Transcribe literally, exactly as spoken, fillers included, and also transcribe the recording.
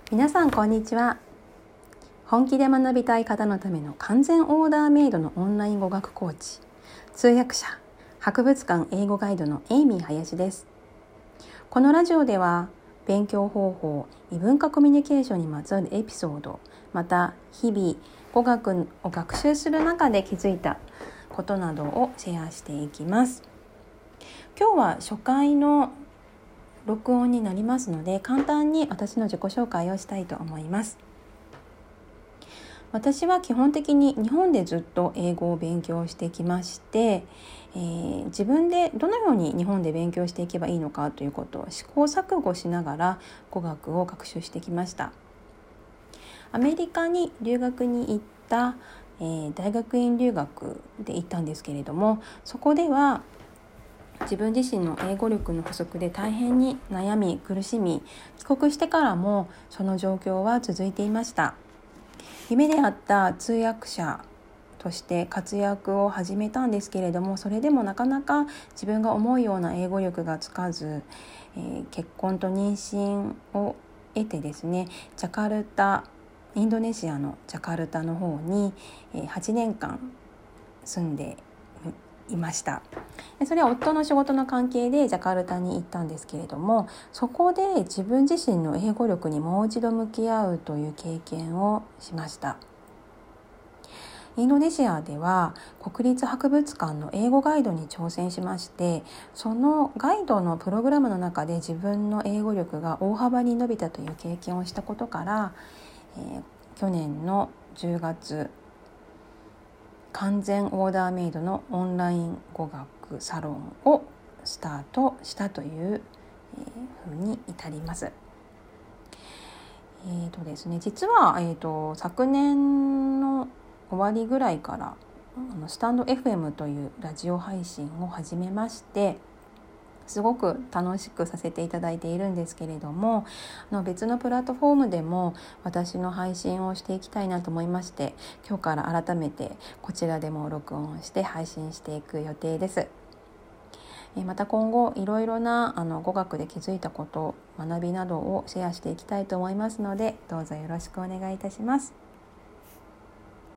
皆さんこんにちは。本気で学びたい方のための完全オーダーメイドのオンライン語学コーチ、通訳者、博物館英語ガイドのエイミー林です。このラジオでは勉強方法、異文化コミュニケーションにまつわるエピソード、また日々語学を学習する中で気づいたことなどをシェアしていきます。今日は初回の録音になりますので、簡単に私の自己紹介をしたいと思います。私は基本的に日本でずっと英語を勉強してきまして、えー、自分でどのように日本で勉強していけばいいのかということを試行錯誤しながら語学を学習してきました。アメリカに留学に行った、えー、大学院留学で行ったんですけれども、そこでは自分自身の英語力の不足で大変に悩み苦しみ、帰国してからもその状況は続いていました。夢であった通訳者として活躍を始めたんですけれども、それでもなかなか自分が思うような英語力がつかず、えー、結婚と妊娠を得てですね、ジャカルタ、インドネシアのジャカルタの方にはちねんかん住んでいました。それは夫の仕事の関係でジャカルタに行ったんですけれども、そこで自分自身の英語力にもう一度向き合うという経験をしました。インドネシアでは国立博物館の英語ガイドに挑戦しまして、そのガイドのプログラムの中で自分の英語力が大幅に伸びたという経験をしたことから、えー、去年のじゅうがつ完全オーダーメイドのオンライン語学サロンをスタートしたというふうに至ります。えーとですね、実は、えーと、昨年の終わりぐらいからあのスタンド エフエム というラジオ配信を始めまして、すごく楽しくさせていただいているんですけれども、あの別のプラットフォームでも私の配信をしていきたいなと思いまして、今日から改めてこちらでも録音して配信していく予定です。また今後いろいろなあの語学で気づいたこと、学びなどをシェアしていきたいと思いますので、どうぞよろしくお願いいたします。